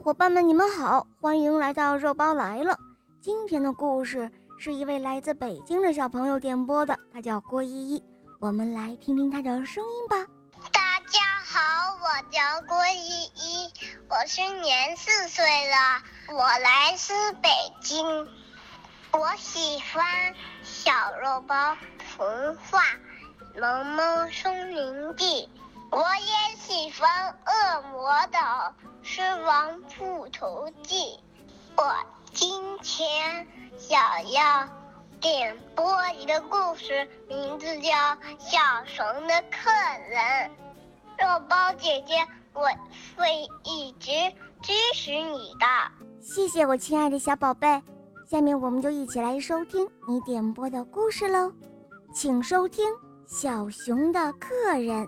伙伴们，你们好，欢迎来到肉包来了。今天的故事是一位来自北京的小朋友点播的，他叫郭依依，我们来听听他的声音吧。 大家好，我叫郭依依，我今年4岁了，我来自北京。我喜欢小肉包童话《萌萌松林记》，我也喜欢恶魔岛狮王复仇记。我今天想要点播一个故事，名字叫《小熊的客人》。肉包姐姐，我会一直支持你的。 谢谢我亲爱的小宝贝，下面我们就一起来收听你点播的故事喽。请收听《小熊的客人》。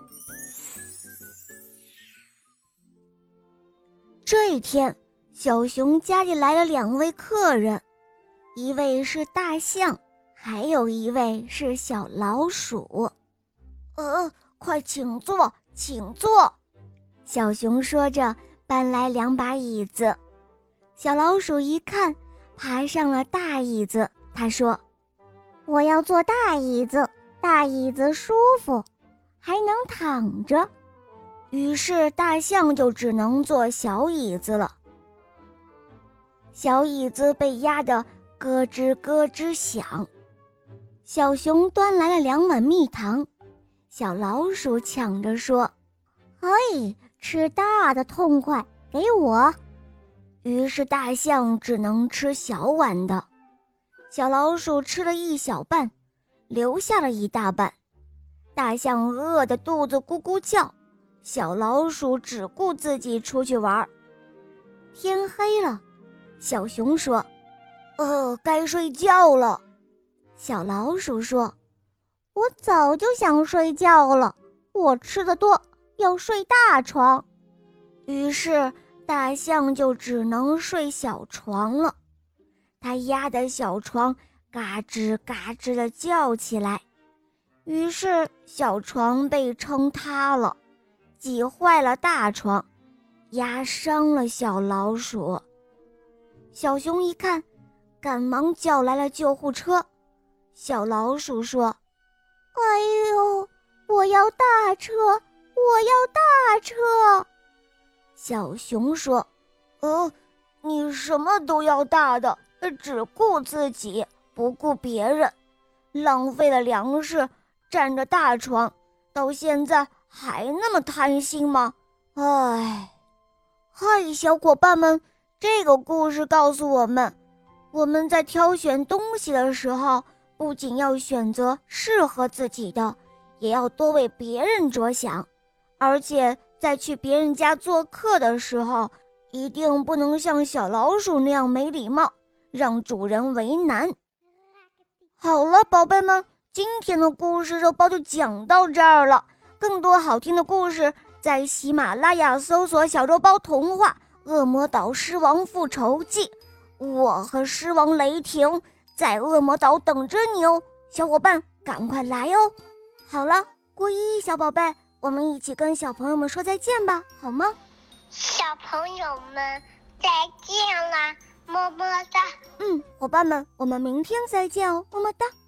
这一天，小熊家里来了2位客人，一位是大象，还有一位是小老鼠。快请坐，请坐。小熊说着，搬来2把椅子。小老鼠一看，爬上了大椅子。他说：“我要坐大椅子，大椅子舒服，还能躺着。”于是大象就只能坐小椅子了。小椅子被压得咯吱咯吱响。小熊端来了2碗蜜糖，小老鼠抢着说：“嘿，吃大的痛快，给我。”于是大象只能吃小碗的，小老鼠吃了1小半，留下了1大半。大象饿得肚子咕咕叫，小老鼠只顾自己出去玩。天黑了，小熊说：“该睡觉了。”小老鼠说：“我早就想睡觉了，我吃得多，要睡大床。”于是大象就只能睡小床了。它压得小床嘎吱嘎吱地叫起来，于是小床被撑塌了，挤坏了大床，压伤了小老鼠。小熊一看，赶忙叫来了救护车。小老鼠说：“哎呦，我要大车，我要大车。”小熊说：“你什么都要大的，只顾自己，不顾别人，浪费了粮食，占着大床，到现在还那么贪心吗？唉。”嗨，小伙伴们，这个故事告诉我们，我们在挑选东西的时候，不仅要选择适合自己的，也要多为别人着想，而且在去别人家做客的时候，一定不能像小老鼠那样没礼貌，让主人为难。好了，宝贝们，今天的故事肉包就讲到这儿了。更多好听的故事，在喜马拉雅搜索小肉包童话《恶魔岛狮王复仇记》，我和狮王雷霆在恶魔岛等着你哦，小伙伴赶快来哦。好了，郭依依小宝贝，我们一起跟小朋友们说再见吧，好吗？ 小朋友们再见啦，么么哒。 伙伴们，我们明天再见哦，么么哒。